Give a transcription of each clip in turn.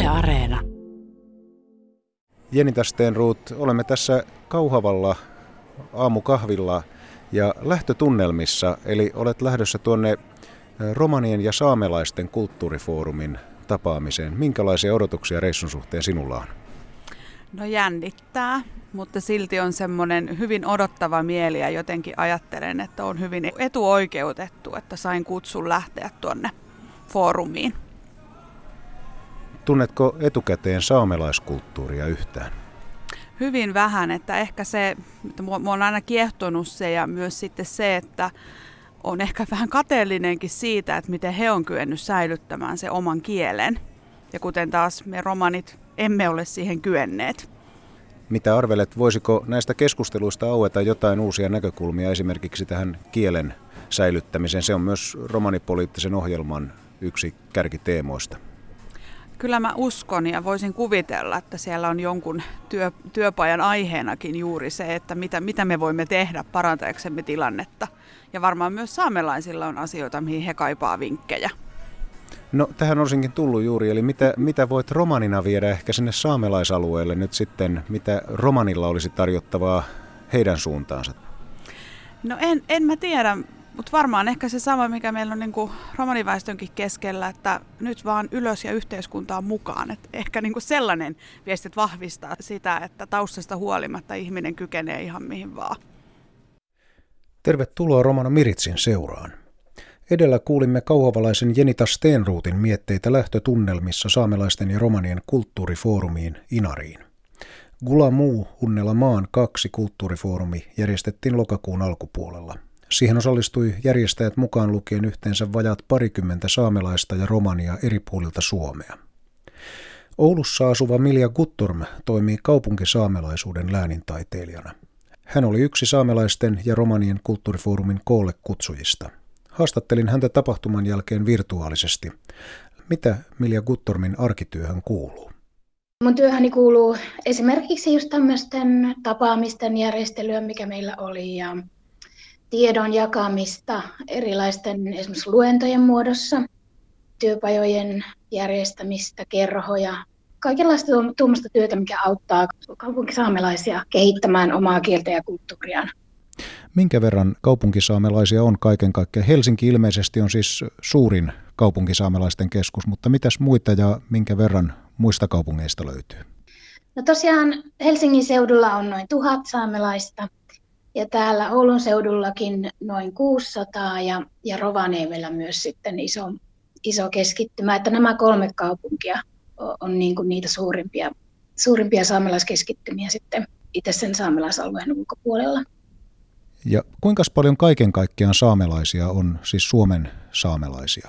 Yle Areena. Jenita Stenroth, olemme tässä Kauhavalla aamukahvilla ja lähtötunnelmissa, eli olet lähdössä tuonne romanien ja saamelaisten kulttuurifoorumin tapaamiseen. Minkälaisia odotuksia reissun suhteen sinulla on? No jännittää, mutta silti on semmoinen hyvin odottava mieli ja jotenkin ajattelen, että on hyvin etuoikeutettu, että sain kutsun lähteä tuonne foorumiin. Tunnetko etukäteen saamelaiskulttuuria yhtään? Hyvin vähän, että ehkä se, että mua on aina kiehtonut se ja myös sitten se, että on ehkä vähän kateellinenkin siitä, että miten he on kyennyt säilyttämään se oman kielen. Ja kuten taas me romanit emme ole siihen kyenneet. Mitä arvelet, voisiko näistä keskusteluista aueta jotain uusia näkökulmia esimerkiksi tähän kielen säilyttämiseen? Se on myös romanipoliittisen ohjelman yksi kärkiteemoista. Kyllä mä uskon ja voisin kuvitella, että siellä on jonkun työpajan aiheenakin juuri se, että mitä me voimme tehdä parantaaksemme tilannetta. Ja varmaan myös saamelaisilla on asioita, mihin he kaipaa vinkkejä. No tähän olisinkin tullut juuri, eli mitä voit romanina viedä ehkä sinne saamelaisalueelle nyt sitten, mitä romanilla olisi tarjottavaa heidän suuntaansa? No en mä tiedä, mutta varmaan ehkä se sama, mikä meillä on niin kuin romaniväestönkin keskellä, että nyt vaan ylös ja yhteiskuntaan mukaan. Että ehkä niin kuin sellainen viesti vahvistaa sitä, että taustasta huolimatta ihminen kykenee ihan mihin vaan. Tervetuloa Romano Miritsin seuraan. Edellä kuulimme kauhavalaisen Jenita Stenrothin mietteitä lähtötunnelmissa saamelaisten ja romanien kulttuurifoorumiin Inariin. Gulamuu Unnela Maan 2 kulttuurifoorumi järjestettiin lokakuun alkupuolella. Siihen osallistui järjestäjät mukaan lukien yhteensä vajaat parikymmentä saamelaista ja romania eri puolilta Suomea. Oulussa asuva Milja Guttorm toimii kaupunkisaamelaisuuden läänintaiteilijana. Hän oli yksi saamelaisten ja romanien kulttuurifoorumin koolle kutsujista. Haastattelin häntä tapahtuman jälkeen virtuaalisesti. Mitä Milja Guttormin arkityöhön kuuluu? Mun työhöni kuuluu esimerkiksi just tämmöisten tapaamisten järjestelyä, mikä meillä oli, ja tiedon jakamista erilaisten esimerkiksi luentojen muodossa, työpajojen järjestämistä, kerhoja, kaikenlaista tuommoista työtä, mikä auttaa kaupunkisaamelaisia kehittämään omaa kieltä ja kulttuuriaan. Minkä verran kaupunkisaamelaisia on kaiken kaikkiaan? Helsinki ilmeisesti on siis suurin kaupunkisaamelaisten keskus, mutta mitäs muita ja minkä verran muista kaupungeista löytyy? No tosiaan Helsingin seudulla on noin 1000 saamelaista ja täällä Oulun seudullakin noin 600 ja Rovaniemellä myös sitten iso keskittymä. Että nämä 3 kaupunkia on niin kuin niitä suurimpia saamelaiskeskittymiä sitten itse sen saamelaisalueen ulkopuolella. Ja kuinka paljon kaiken kaikkiaan saamelaisia on, siis Suomen saamelaisia?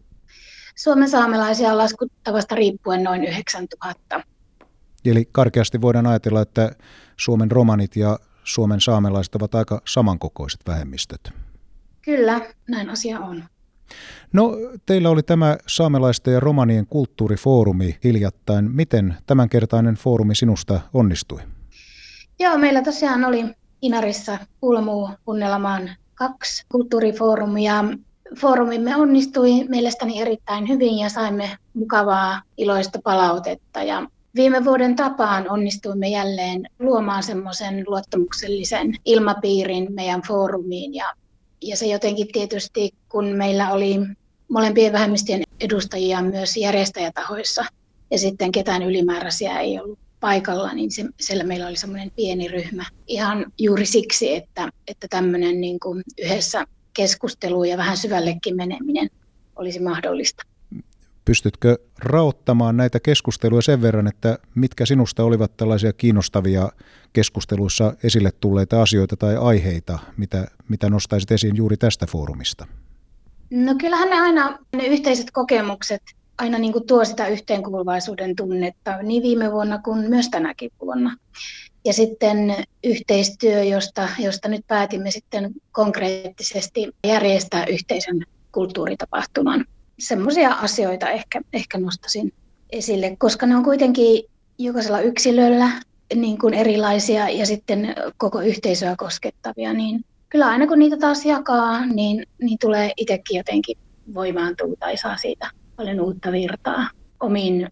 Suomen saamelaisia on laskuttavasta riippuen noin 9000. Eli karkeasti voidaan ajatella, että Suomen romanit ja Suomen saamelaiset ovat aika samankokoiset vähemmistöt. Kyllä, näin asia on. No, teillä oli tämä saamelaisten ja romanien kulttuurifoorumi hiljattain. Miten tämänkertainen foorumi sinusta onnistui? Joo, meillä tosiaan oli Inarissa Gulamuu Unnela Maan 2 kulttuurifoorumia. Foorumimme onnistui mielestäni erittäin hyvin ja saimme mukavaa, iloista palautetta. Ja viime vuoden tapaan onnistuimme jälleen luomaan semmoisen luottamuksellisen ilmapiirin meidän foorumiin. Ja se jotenkin tietysti, kun meillä oli molempien vähemmistöjen edustajia myös järjestäjätahoissa ja sitten ketään ylimääräisiä ei ollut paikalla, niin siellä meillä oli semmoinen pieni ryhmä ihan juuri siksi, että tämmöinen niin kuin yhdessä keskustelu ja vähän syvällekin meneminen olisi mahdollista. Pystytkö raottamaan näitä keskusteluja sen verran, että mitkä sinusta olivat tällaisia kiinnostavia keskusteluissa esille tulleita asioita tai aiheita, mitä nostaisit esiin juuri tästä foorumista? No kyllähän ne yhteiset kokemukset aina niin kuin tuo sitä yhteenkuuluvaisuuden tunnetta niin viime vuonna kuin myös tänäkin vuonna. Ja sitten yhteistyö, josta nyt päätimme sitten konkreettisesti järjestää yhteisen kulttuuritapahtuman. Semmoisia asioita ehkä nostaisin esille, koska ne on kuitenkin jokaisella yksilöllä niin kuin erilaisia ja sitten koko yhteisöä koskettavia. Niin kyllä aina kun niitä taas jakaa, niin tulee itsekin jotenkin voimaantua tai saa siitä paljon uutta virtaa omiin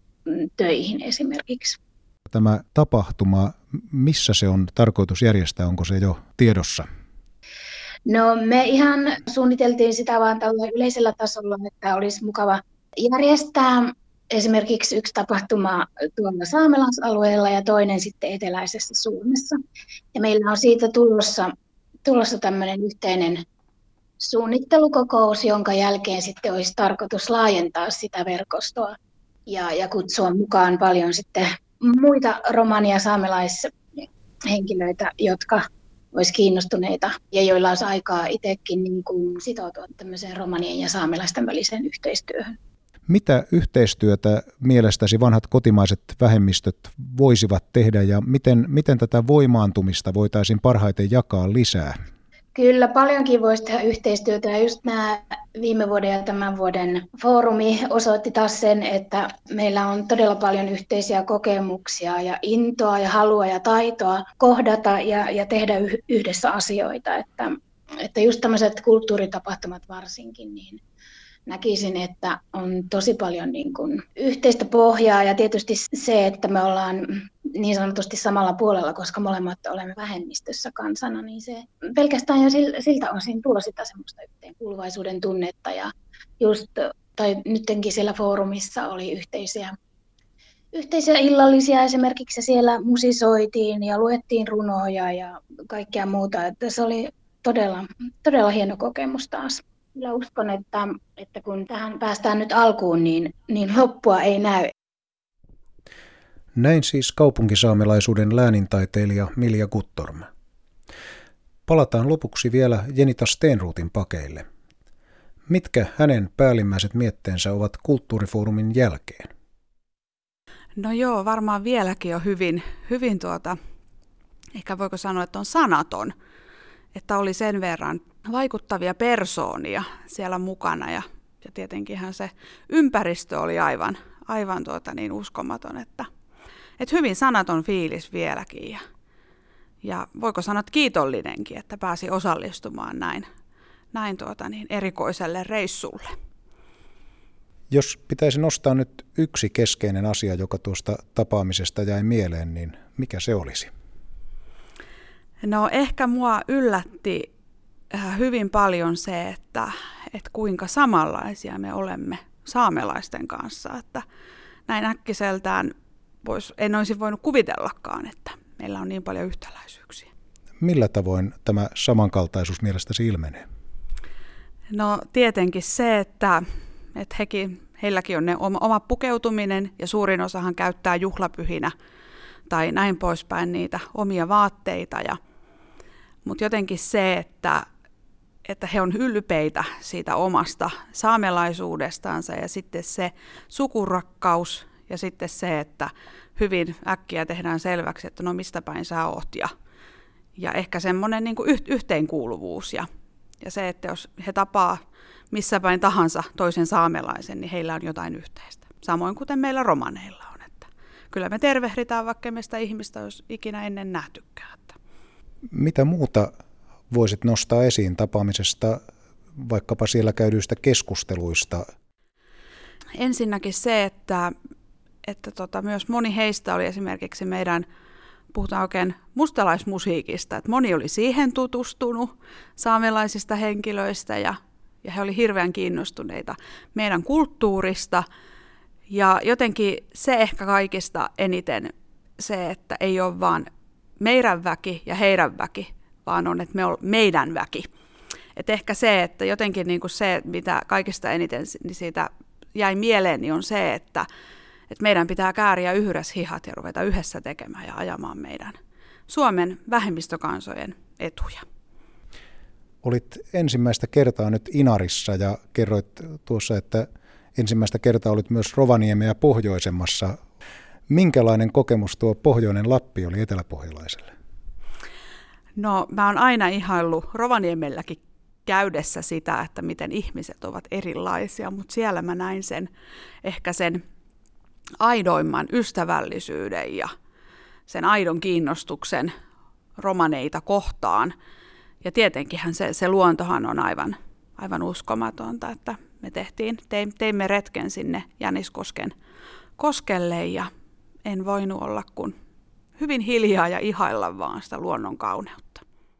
töihin esimerkiksi. Tämä tapahtuma, missä se on tarkoitus järjestää, onko se jo tiedossa? No me ihan suunniteltiin sitä vaan tällä yleisellä tasolla, että olisi mukava järjestää esimerkiksi yksi tapahtuma tuolla saamelaisalueella ja toinen sitten eteläisessä Suomessa. Ja meillä on siitä tulossa tämmöinen yhteinen suunnittelukokous, jonka jälkeen sitten olisi tarkoitus laajentaa sitä verkostoa ja kutsua mukaan paljon sitten muita romani- ja saamelaishenkilöitä, jotka olisi kiinnostuneita ja joilla olisi aikaa itsekin niin kuin sitoutua tämmöiseen romanien ja saamelaisten väliseen yhteistyöhön. Mitä yhteistyötä mielestäsi vanhat kotimaiset vähemmistöt voisivat tehdä ja miten tätä voimaantumista voitaisiin parhaiten jakaa lisää? Kyllä paljonkin voisi tehdä yhteistyötä ja just nämä viime vuoden ja tämän vuoden foorumi osoitti taas sen, että meillä on todella paljon yhteisiä kokemuksia ja intoa ja halua ja taitoa kohdata ja tehdä yhdessä asioita. Että just tämmöiset kulttuuritapahtumat varsinkin, niin näkisin, että on tosi paljon niin kuin yhteistä pohjaa ja tietysti se, että me ollaan niin sanotusti samalla puolella, koska molemmat olemme vähemmistössä kansana, niin se pelkästään jo siltä osin tuo sitä semmoista yhteenkuuluvaisuuden tunnetta ja just, tai nytkin siellä foorumissa oli yhteisiä illallisia esimerkiksi siellä musisoitiin ja luettiin runoja ja kaikkea muuta, että se oli todella hieno kokemus taas. Kyllä uskon, että kun tähän päästään nyt alkuun, niin loppua ei näy. Näin siis kaupunkisaamelaisuuden läänintaiteilija Milja Guttorm. Palataan lopuksi vielä Jenita Stenrootin pakeille. Mitkä hänen päällimmäiset mietteensä ovat kulttuurifoorumin jälkeen? No joo, varmaan vieläkin on hyvin ehkä voiko sanoa, että on sanaton, että oli sen verran vaikuttavia persoonia siellä mukana ja tietenkinhän se ympäristö oli aivan uskomaton, että hyvin sanaton fiilis vieläkin ja voiko sanoa, että kiitollinenkin, että pääsi osallistumaan näin erikoiselle reissulle. Jos pitäisi nostaa nyt yksi keskeinen asia, joka tuosta tapaamisesta jäi mieleen, niin mikä se olisi? No ehkä mua yllätti hyvin paljon se, että kuinka samanlaisia me olemme saamelaisten kanssa, että näin äkkiseltään en olisi voinut kuvitellakaan, että meillä on niin paljon yhtäläisyyksiä. Millä tavoin tämä samankaltaisuus mielestäsi ilmenee? No tietenkin se, että heilläkin on ne oma pukeutuminen ja suurin osahan käyttää juhlapyhinä tai näin poispäin niitä omia vaatteita. Mutta jotenkin se, että he on ylpeitä siitä omasta saamelaisuudestansa ja sitten se sukurakkaus ja sitten se, että hyvin äkkiä tehdään selväksi, että no mistä päin sä oot ja ehkä semmoinen niin kuin yhteenkuuluvuus ja se, että jos he tapaa missä päin tahansa toisen saamelaisen, niin heillä on jotain yhteistä. Samoin kuten meillä romaneilla on. Että kyllä me tervehditään, vaikka me sitä ihmistä olisi ikinä ennen nähtykään. Mitä muuta voisit nostaa esiin tapaamisesta, vaikkapa siellä käydyistä keskusteluista? Ensinnäkin se, että myös moni heistä oli esimerkiksi puhutaan oikein mustalaismusiikista, että moni oli siihen tutustunut saamelaisista henkilöistä ja he oli hirveän kiinnostuneita meidän kulttuurista. Ja jotenkin se ehkä kaikista eniten se, että ei ole vaan meidän väki ja heidän väki, vaan on, että me on meidän väki. Et ehkä se, että jotenkin niin kuin se, mitä kaikista eniten niin siitä jäi mieleen, niin on se, että meidän pitää kääriä yhdessä hihat ja ruveta yhdessä tekemään ja ajamaan meidän Suomen vähemmistökansojen etuja. Olit ensimmäistä kertaa nyt Inarissa ja kerroit tuossa, että ensimmäistä kertaa olit myös Rovaniemeä pohjoisemmassa. Minkälainen kokemus tuo pohjoinen Lappi oli eteläpohjalaiselle? No mä oon aina ihaillut Rovaniemelläkin käydessä sitä, että miten ihmiset ovat erilaisia, mutta siellä mä näin ehkä sen aidoimman ystävällisyyden ja sen aidon kiinnostuksen romaneita kohtaan. Ja tietenkinhän se luontohan on aivan uskomatonta, että me teimme retken sinne Jäniskosken koskelle ja en voinut olla kuin hyvin hiljaa ja ihailla vaan sitä luonnon kauneutta.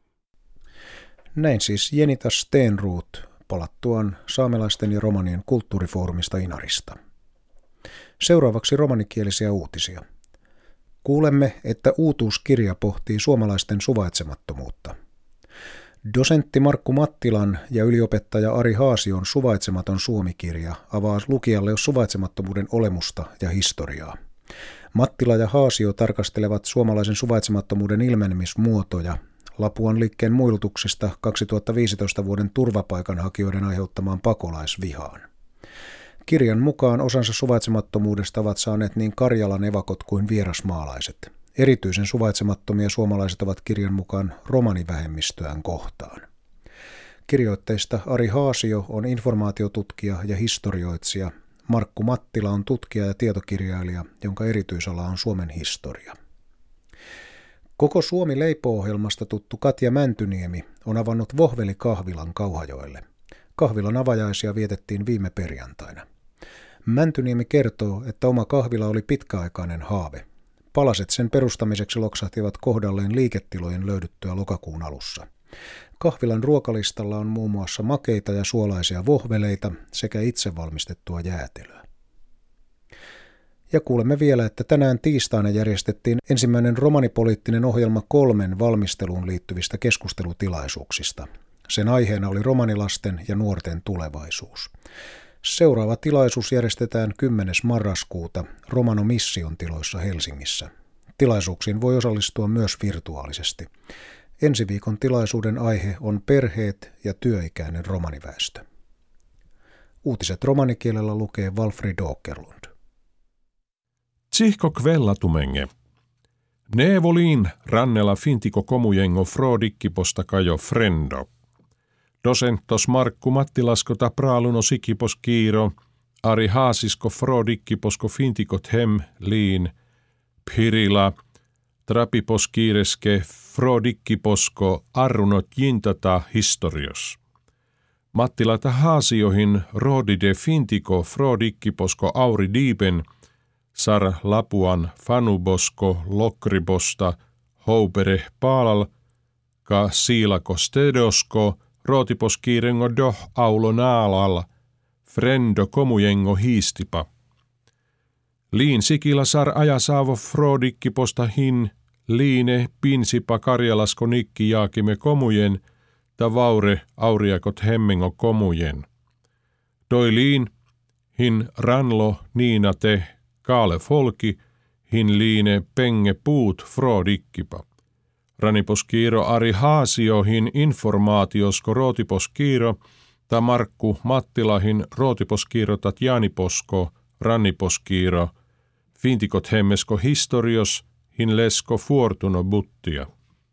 Näin siis Jenita Stenroth palattuaan saamelaisten ja romanien kulttuurifoorumista Inarista. Seuraavaksi romanikielisiä uutisia. Kuulemme, että uutuuskirja pohtii suomalaisten suvaitsemattomuutta. Dosentti Markku Mattilan ja yliopettaja Ari Haasion Suvaitsematon Suomi-kirja avaa lukijalle suvaitsemattomuuden olemusta ja historiaa. Mattila ja Haasio tarkastelevat suomalaisen suvaitsemattomuuden ilmenemismuotoja Lapuan liikkeen muilutuksista 2015 vuoden turvapaikanhakijoiden aiheuttamaan pakolaisvihaan. Kirjan mukaan osansa suvaitsemattomuudesta ovat saaneet niin Karjalan evakot kuin vierasmaalaiset. Erityisen suvaitsemattomia suomalaiset ovat kirjan mukaan romanivähemmistöään kohtaan. Kirjoitteista Ari Haasio on informaatiotutkija ja historioitsija. Markku Mattila on tutkija ja tietokirjailija, jonka erityisala on Suomen historia. Koko Suomi leipoo-ohjelmasta tuttu Katja Mäntyniemi on avannut Vohveli-kahvilan Kauhajoelle. Kahvilan avajaisia vietettiin viime perjantaina. Mäntyniemi kertoo, että oma kahvila oli pitkäaikainen haave. Palaset sen perustamiseksi loksahtivat kohdalleen liiketilojen löydyttyä lokakuun alussa. Kahvilan ruokalistalla on muun muassa makeita ja suolaisia vohveleita sekä itse valmistettua jäätelöä. Ja kuulemme vielä, että tänään tiistaina järjestettiin ensimmäinen romanipoliittinen ohjelma 3 valmisteluun liittyvistä keskustelutilaisuuksista. Sen aiheena oli romanilasten ja nuorten tulevaisuus. Seuraava tilaisuus järjestetään 10. marraskuuta Romano Mission tiloissa Helsingissä. Tilaisuuksiin voi osallistua myös virtuaalisesti. Ensi viikon tilaisuuden aihe on perheet ja työikäinen romaniväestö. Uutiset romanikielellä lukee Walfrid Åkerlund. Tsihko kvellatumenge. Neevolin rannella fintiko komujengo frodikkiposta kajo frendo. Dosentos Markku Mattilaskota praaluno sikipos kiiro, Ari Haasisko frodikkiposko fintikot hem liin, pirila, trapipos kiireske frodikkiposko arrunot jintata historios. Mattilata Haasiohin rodide fintiko frodikkiposko auri diipen, sar Lapuan fanubosko lokribosta houpere paalal, ka siilako stedosko, rootipos kiirengo doh aulo naalal, frendo komujengo hiistipa. Liin sikila sar ajasaavo frodikkiposta hin, liine pinsipa karjalasko nikki jaakime komujen, ta vaure auriakot hemmengo komujen. Doi liin, hin ranlo niina te, kaale folki, hin liine penge puut frodikkipa. Raniposkiiro Ari Haasiohin informaatiosko rootiposkiiro, ta Markku Mattilahin rootiposkiiro Tatjaniposko, ranniposkiiro, fintikot hemmesko historios, hin lesko fuortuno buttia.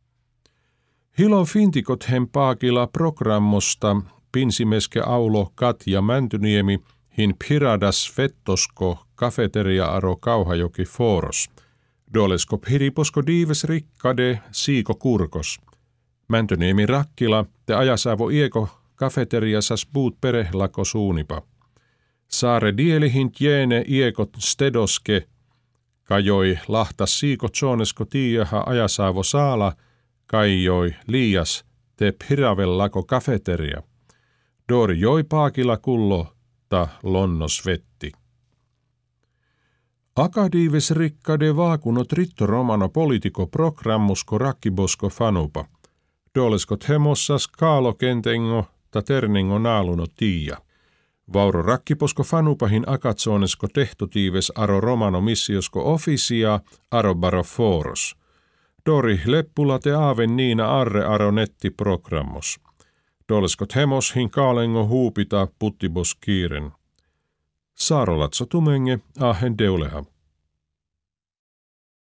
Hilo fintikot hem paakila programmosta, pinsimeske aulo Katja Mäntyniemi, hin piradas fettosko, kafeteria-aro Kauhajoki foros. Dolesko piriposko diives rikkade siiko kurkos. Mäntyniemi rakkila te ajasaavo ieko kafeteriasas puut perehlako suunipa. Saare dielihin jeene iekot stedoske, kajoi lahta siiko tsonesko tiiaha ajasaavo saala, kajoi liias te piravellako kafeteria. Dori joi paakila kullo ta lonnos vetti. Akadiives rikkade vaakunot ritto romano politiko programmusko rakkibosko fanupa. Doleskot hemossas kaalo kentengo ta terningo naaluno tiia. Vauro rakkiposko fanupahin akatsonesko tehtotiives aro romano missiosko officia aro baro foros. Dori leppula te aaven niina arre aro nettiprogrammos. Doleskot hemoshin kaalengo huupita puttibos kiiren. Saarolatso tumenge ahen deuleha.